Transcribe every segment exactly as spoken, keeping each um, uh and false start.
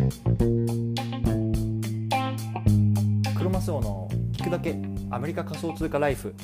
クロマスオの聞くだけアメリカ仮想通貨ライフ。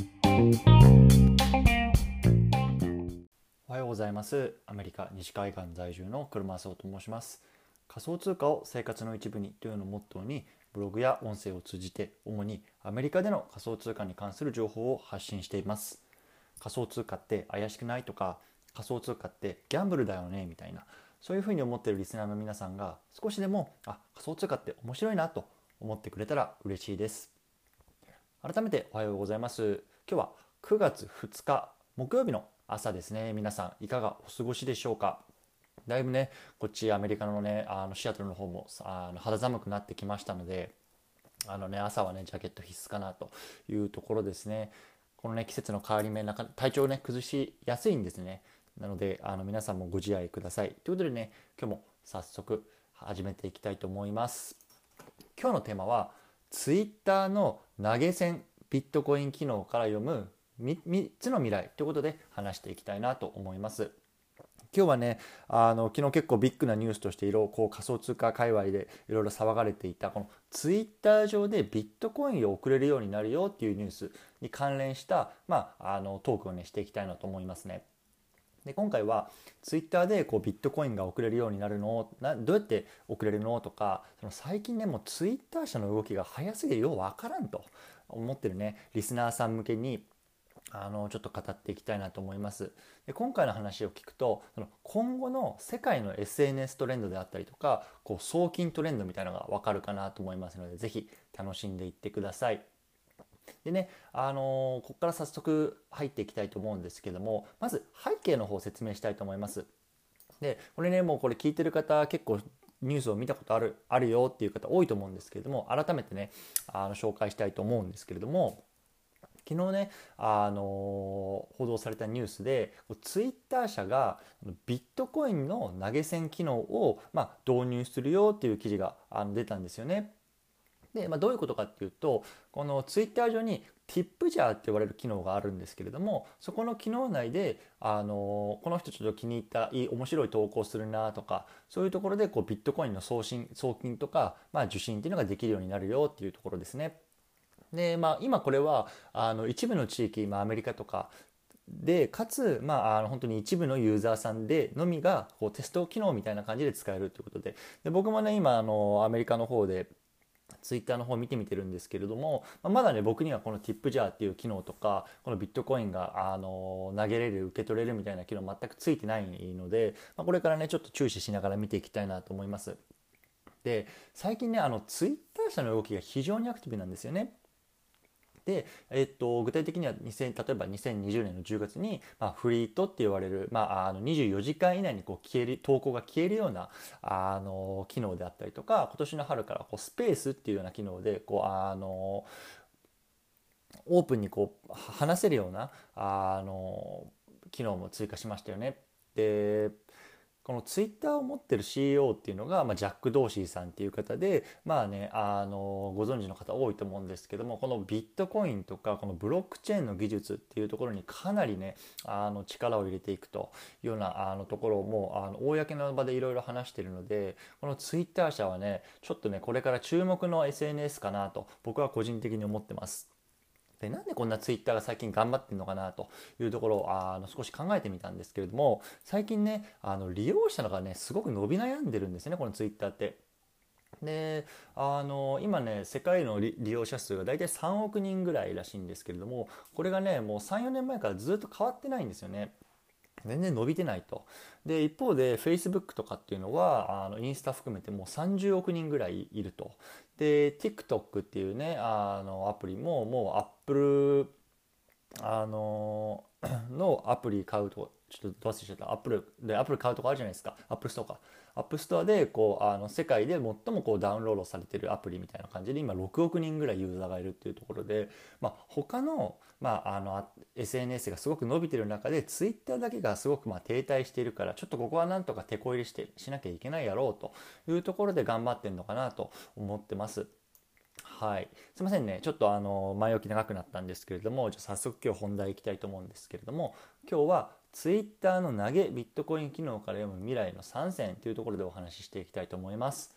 おはようございます。アメリカ西海岸在住のクロマスオと申します。仮想通貨を生活の一部にというのをモットーに、ブログや音声を通じて主にアメリカでの仮想通貨に関する情報を発信しています。仮想通貨って怪しくないとか、仮想通貨ってギャンブルだよねみたいな、そういうふうに思っているリスナーの皆さんが少しでもあ仮想通貨って面白いなと思ってくれたら嬉しいです。改めておはようございます。今日はくがつふつか木曜日の朝ですね。皆さんいかがお過ごしでしょうか。だいぶねこっちアメリカのねあのシアトルの方もあの肌寒くなってきましたので、あのね朝はねジャケット必須かなというところですね。このね季節の変わり目、なか体調をね崩しやすいんですね。なのであの皆さんもご自愛くださいということでね、今日も早速始めていきたいと思います。今日のテーマはツイッターの投げ銭ビットコイン機能から読む みっつの未来ということで話していきたいなと思います。今日はねあの昨日結構ビッグなニュースとしていろいろこう仮想通貨界隈でいろいろ騒がれていたこのツイッター上でビットコインを送れるようになるよっていうニュースに関連した、まあ、あのトークをねしていきたいなと思いますね。で今回はツイッターでこうビットコインが送れるようになるのなどうやって送れるのとか、その最近ねもうツイッター社の動きが早すぎてようわからんと思ってるねリスナーさん向けにあのちょっと語っていきたいなと思います。で今回の話を聞くと、その今後の世界の エスエヌエス トレンドであったりとか、こう送金トレンドみたいなのがわかるかなと思いますので、ぜひ楽しんでいってください。でね、あのーここから早速入っていきたいと思うんですけども、まず背景の方を説明したいと思います。でこれねもうこれ聞いてる方結構ニュースを見たことあるあるよっていう方多いと思うんですけれども、改めてねあの紹介したいと思うんですけれども、昨日ね、あの報道されたニュースでツイッター社がビットコインの投げ銭機能を、まあ、導入するよっていう記事があの出たんですよね。で、まあ、どういうことかっていうと、このツイッター上にティップジャーって言われる機能があるんですけれども、そこの機能内であのこの人ちょっと気に入ったいい面白い投稿するなとか、そういうところでこうビットコインの送信送金とか、まあ、受信っていうのができるようになるよっていうところですね。で、まあ、今これはあの一部の地域、まあ、アメリカとかでかつ、まあ、あの本当に一部のユーザーさんでのみがこうテスト機能みたいな感じで使えるということで、で僕もね今あのアメリカの方でツイッターの方を見てみてるんですけれども、まだね僕にはこのティップジャーっていう機能とか、このビットコインがあの投げれる受け取れるみたいな機能全くついてないので、まあ、これからねちょっと注視しながら見ていきたいなと思います。で最近ねあのツイッター社の動きが非常にアクティブなんですよね。で、えっと、具体的にはにせん例えばにせんにじゅうねんのじゅうがつに、まあ、フリートって言われる、まあ、あのにじゅうよじかん以内にこう消える投稿が消えるようなあの機能であったりとか、今年の春からこうスペースっていうような機能でこうあのオープンにこう話せるようなあの機能も追加しましたよね。でこのツイッターを持ってる シーイーオー っていうのが、まあ、ジャック・ドーシーさんっていう方で、まあね、あのご存知の方多いと思うんですけども、このビットコインとかこのブロックチェーンの技術っていうところにかなりねあの力を入れていくというようなあのところをもうあの公の場でいろいろ話しているので、このツイッター社はねちょっとねこれから注目の エスエヌエス かなと僕は個人的に思ってます。でなんでこんなツイッターが最近頑張ってるのかなというところをあの少し考えてみたんですけれども、最近ねあの利用者がねすごく伸び悩んでるんですね、このツイッターって。であの今ね世界の利利用者数が大体さんおくにんぐらいらしいんですけれども、これがねもうさんよねんまえからずっと変わってないんですよね。全然伸びてないと。で一方で Facebook とかっていうのはあのインスタ含めてもうさんじゅうおくにんぐらいいると。で TikTok っていうねあのアプリももう Apple あののアプリ買うとちょっとどう忘れちゃった。アップルでアプリ買うとこあるじゃないですか。アップルストアか。アップストアでこうあの世界で最もこうダウンロードされてるアプリみたいな感じで今ろくおくにんぐらいユーザーがいるっていうところで、まあ、他の,、まあ、あの エスエヌエス がすごく伸びてる中でツイッターだけがすごくまあ停滞しているから、ちょっとここはなんとか手こ入れしてしなきゃいけないやろうというところで頑張ってるのかなと思ってます。はい、すいませんねちょっとあの前置き長くなったんですけれども、じゃあ早速今日本題いきたいと思うんですけれども、今日はツイッターの投げビットコイン機能から読む未来のさん選というところでお話ししていきたいと思います。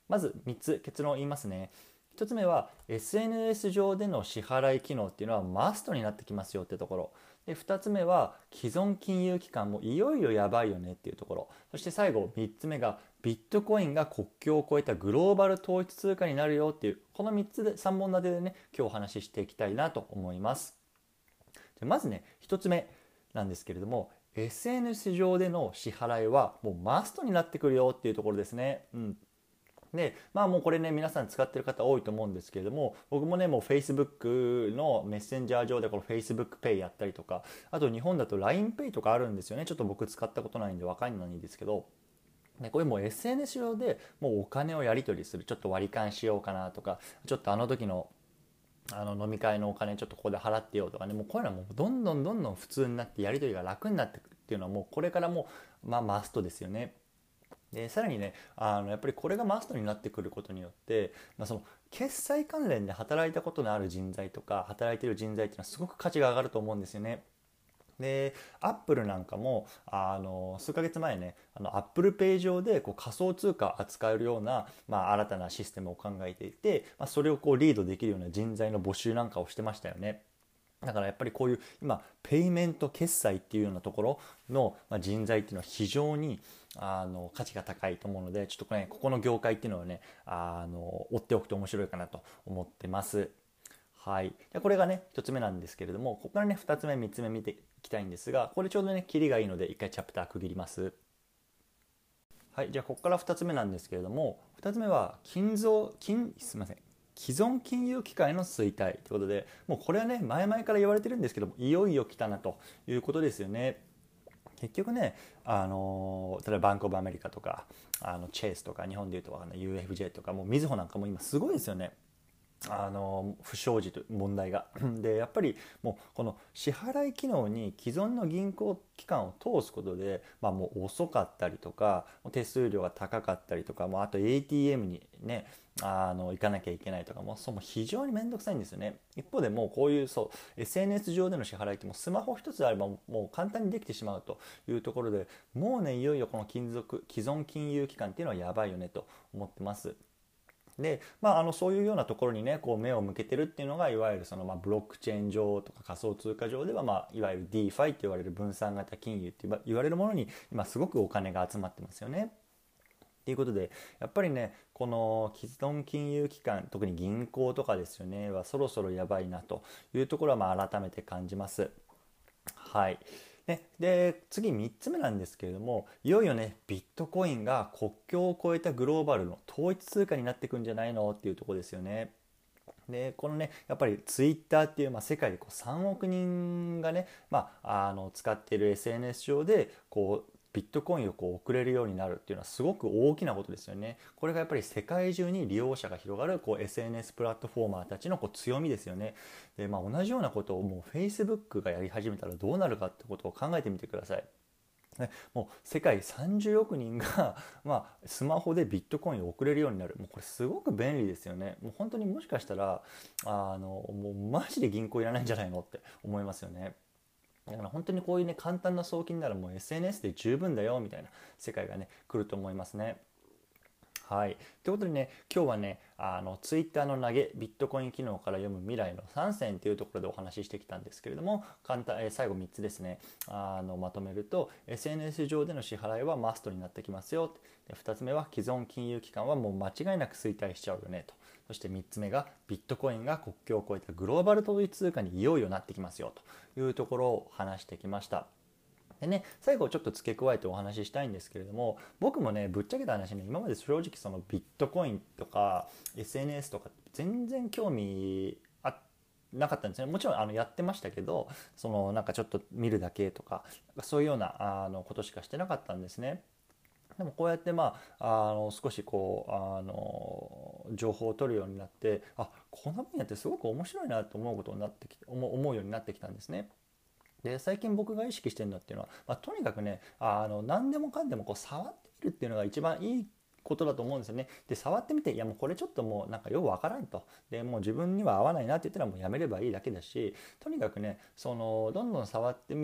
まずみっつ結論を言いますね。ひとつめは エスエヌエス 上での支払い機能っていうのはマストになってきますよってところで、ふたつめは既存金融機関もいよいよやばいよねっていうところ、そして最後みっつめがビットコインが国境を越えたグローバル統一通貨になるよっていう、このみっつでさんぼん立てでね今日お話ししていきたいなと思います。でまずねひとつめなんですけれども、 エスエヌエス 上での支払いはもうマストになってくるよっていうところですね。うんでまあもうこれね皆さん使ってる方多いと思うんですけれども、僕もねもう Facebook のメッセンジャー上でこの Facebook Pay やったりとか、あと日本だと ラインペイ とかあるんですよね。ちょっと僕使ったことないんで分かんないんですけど、でこれもう エスエヌエス 上でもうお金をやり取りする、ちょっと割り勘しようかなとか、ちょっとあの時のあの飲み会のお金ちょっとここで払ってよとかね、もうこういうのはもうどんどんどんどん普通になってやり取りが楽になっていくっていうのはもうこれからもう、まあ、マストですよね。でさらにねあのやっぱりこれがマストになってくることによって、まあ、その決済関連で働いたことのある人材とか働いている人材っていうのはすごく価値が上がると思うんですよね。でアップルなんかもあの数ヶ月前ねあのアップルペイ上でこう仮想通貨扱えるような、まあ、新たなシステムを考えていて、まあ、それをこうリードできるような人材の募集なんかをしてましたよね。だからやっぱりこういう今ペイメント決済っていうようなところの人材っていうのは非常にあの価値が高いと思うので、ちょっとねここの業界っていうのはねあの追っておくと面白いかなと思ってます。はい、でこれがねひとつめなんですけれども、ここからねふたつめみっつめ見ていきたいんですが、これちょうどねキリがいいので一回チャプター区切ります。はい、じゃあここからふたつめなんですけれども、ふたつめは金増金すみません既存金融機関への衰退ということで、もうこれはね前々から言われてるんですけども、いよいよ来たなということですよね。結局ねあの例えばバンクオブアメリカとかあのチェイスとか、日本でいうとわかんない ユーエフジェー とか、もうみずほなんかも今すごいですよね。あの不祥事という問題がでやっぱりもうこの支払い機能に既存の銀行機関を通すことで、まあ、もう遅かったりとか手数料が高かったりとか、もうあと エーティーエム にねあの行かなきゃいけないとか、もうその非常に面倒くさいんですよね。一方でもうこういうそう エスエヌエス 上での支払いってもうスマホ一つあればもう簡単にできてしまうというところで、もうねいよいよこの金属既存金融機関っていうのはやばいよねと思ってます。で、まあ、あのそういうようなところにねこう目を向けてるっていうのが、いわゆるそのまあブロックチェーン上とか仮想通貨上では、まあ、いわゆる ディーファイ って言われる分散型金融って言われるものに今すごくお金が集まってますよね。ということでやっぱりねこの既存金融機関、特に銀行とかですよねはそろそろやばいなというところはまあ改めて感じます。はい。ね、で次みっつめなんですけれども、いよいよねビットコインが国境を越えたグローバルの統一通貨になっていくんじゃないのっていうところですよね。でこのねやっぱりツイッターっていう、まあ、世界でこうさんおく人がね、まあ、あの使っている エスエヌエス 上でこうビットコインをこう送れるようになるっていうのはすごく大きなことですよね。これがやっぱり世界中に利用者が広がるこう エスエヌエス プラットフォーマーたちのこう強みですよね。で、まあ、同じようなことをもう Facebook がやり始めたらどうなるかってことを考えてみてください。ね、もう世界さんじゅうおく人がまあ、スマホでビットコインを送れるようになる。もうこれすごく便利ですよね。もう本当にもしかしたらあのもうマジで銀行いらないんじゃないのって思いますよね。だから本当にこういうね簡単な送金ならもう エスエヌエス で十分だよみたいな世界がね来ると思いますね。はい。ということでね、今日はね、あのツイッターの投げ、ビットコイン機能から読む未来のさん選というところでお話ししてきたんですけれども、簡単、えー最後みっつですね、あのまとめると、エスエヌエス 上での支払いはマストになってきますよ。でふたつめは既存金融機関はもう間違いなく衰退しちゃうよねと。そしてみっつめがビットコインが国境を越えたグローバル統一通貨にいよいよなってきますよというところを話してきました。でね、最後ちょっと付け加えてお話ししたいんですけれども、僕もねぶっちゃけた話ね、今まで正直そのビットコインとか エスエヌエス とか全然興味あなかったんですね。もちろんあのやってましたけど、そのなんかちょっと見るだけとかそういうようなあのことしかしてなかったんですね。でもこうやってまああの少しこうあの情報を取るようになって、あ、この分野ってすごく面白いなと思うことになってきて思う思うようになってきたんですね。で最近僕が意識してるのっていうのは、まあ、とにかくねあの何でもかんでもこう触ってみるっていうのが一番いいことだと思うんですよね。で触ってみて、いやもうこれちょっともうなんかよくわからんと、でもう自分には合わないなって言ったらもうやめればいいだけだし、とにかくねそのどんどん触ってみる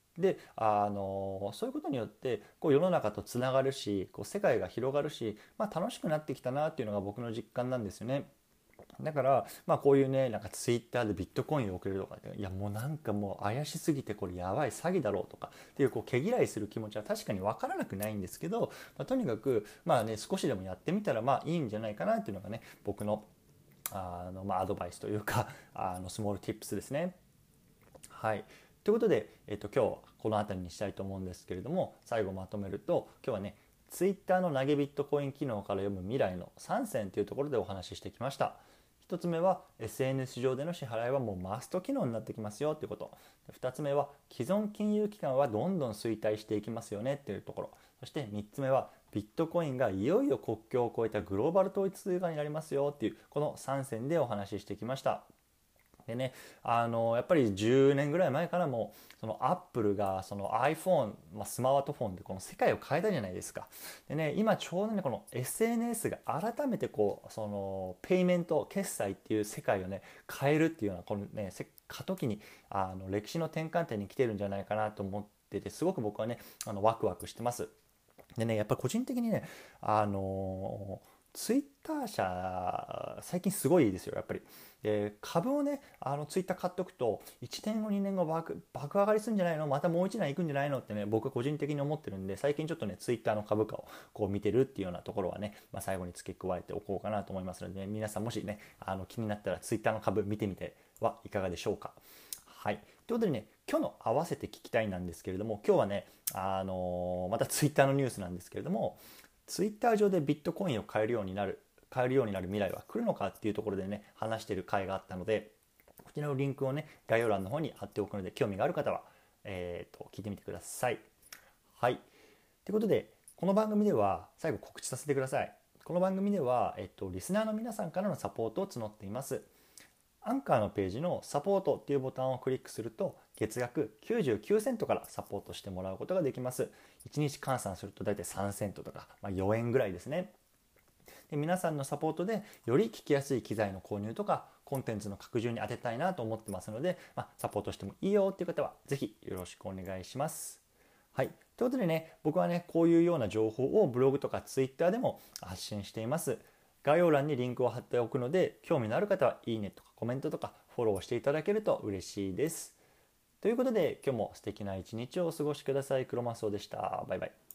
であのそういうことによってこう世の中とつながるし、こう世界が広がるし、まあ、楽しくなってきたなっていうのが僕の実感なんですよね。だから、まあ、こういうねなんかツイッターでビットコインを送れるとか、いやもうなんかもう怪しすぎてこれやばい詐欺だろうとかっていうこう毛嫌いする気持ちは確かに分からなくないんですけど、まあ、とにかくまあね少しでもやってみたらまあいいんじゃないかなっていうのがね僕のあの、まあ、アドバイスというかあのスモールティップスですね。はい。ということで、えっと、今日はこの辺りにしたいと思うんですけれども、最後まとめると今日はねツイッターの投げビットコイン機能から読む未来のさん選というところでお話ししてきました。ひとつめは エスエヌエス 上での支払いはもうマスト機能になってきますよということ。ふたつめは既存金融機関はどんどん衰退していきますよねっていうところ。そしてみっつめはビットコインがいよいよ国境を越えたグローバル統一通貨になりますよっていうこのさん選でお話ししてきました。でね、あのやっぱりじゅうねんぐらい前からもそのアップルがその iPhone、まあ、スマートフォンでこの世界を変えたじゃないですか。でね、今ちょうどねこの エスエヌエス が改めてこうそのペイメント決済っていう世界をね変えるっていうようなこのね過渡期にあの歴史の転換点に来てるんじゃないかなと思ってて、すごく僕はねあのワクワクしてます。でね、やっぱり個人的にね、あのツイッター社最近すごいですよやっぱり。で株をねあのツイッター買っておくといちねんごにねんご爆爆上がりするんじゃないの、またもういちねんいくんじゃないのってね僕は個人的に思ってるんで、最近ちょっとねツイッターの株価をこう見てるっていうようなところはね、まあ、最後に付け加えておこうかなと思いますので、ね、皆さんもしねあの気になったらツイッターの株見てみてはいかがでしょうか。はい。ということでね、今日の合わせて聞きたいなんですけれども、今日はね、あのーまたツイッターのニュースなんですけれども、ツイッター上でビットコインを買えるようになる、買えるようになる未来は来るのかっていうところでね、話している回があったので、こちらのリンクをね、概要欄の方に貼っておくので、興味がある方は、えーと、聞いてみてください。はい。ということで、この番組では、最後告知させてください。この番組では、えっと、リスナーの皆さんからのサポートを募っています。アンカーのページのサポートっていうボタンをクリックすると月額きゅうじゅうきゅうセントからサポートしてもらうことができます。いちにち換算すると大体さんセントとか、まあ、よえんぐらいですね。で皆さんのサポートでより聞きやすい機材の購入とかコンテンツの拡充に当てたいなと思ってますので、まあ、サポートしてもいいよっていう方はぜひよろしくお願いします。はい。ということでね、僕はね、こういうような情報をブログとかツイッターでも発信しています。概要欄にリンクを貼っておくので、興味のある方はいいねとかコメントとかフォローしていただけると嬉しいです。ということで、今日も素敵な一日をお過ごしください。クロマスオでした。バイバイ。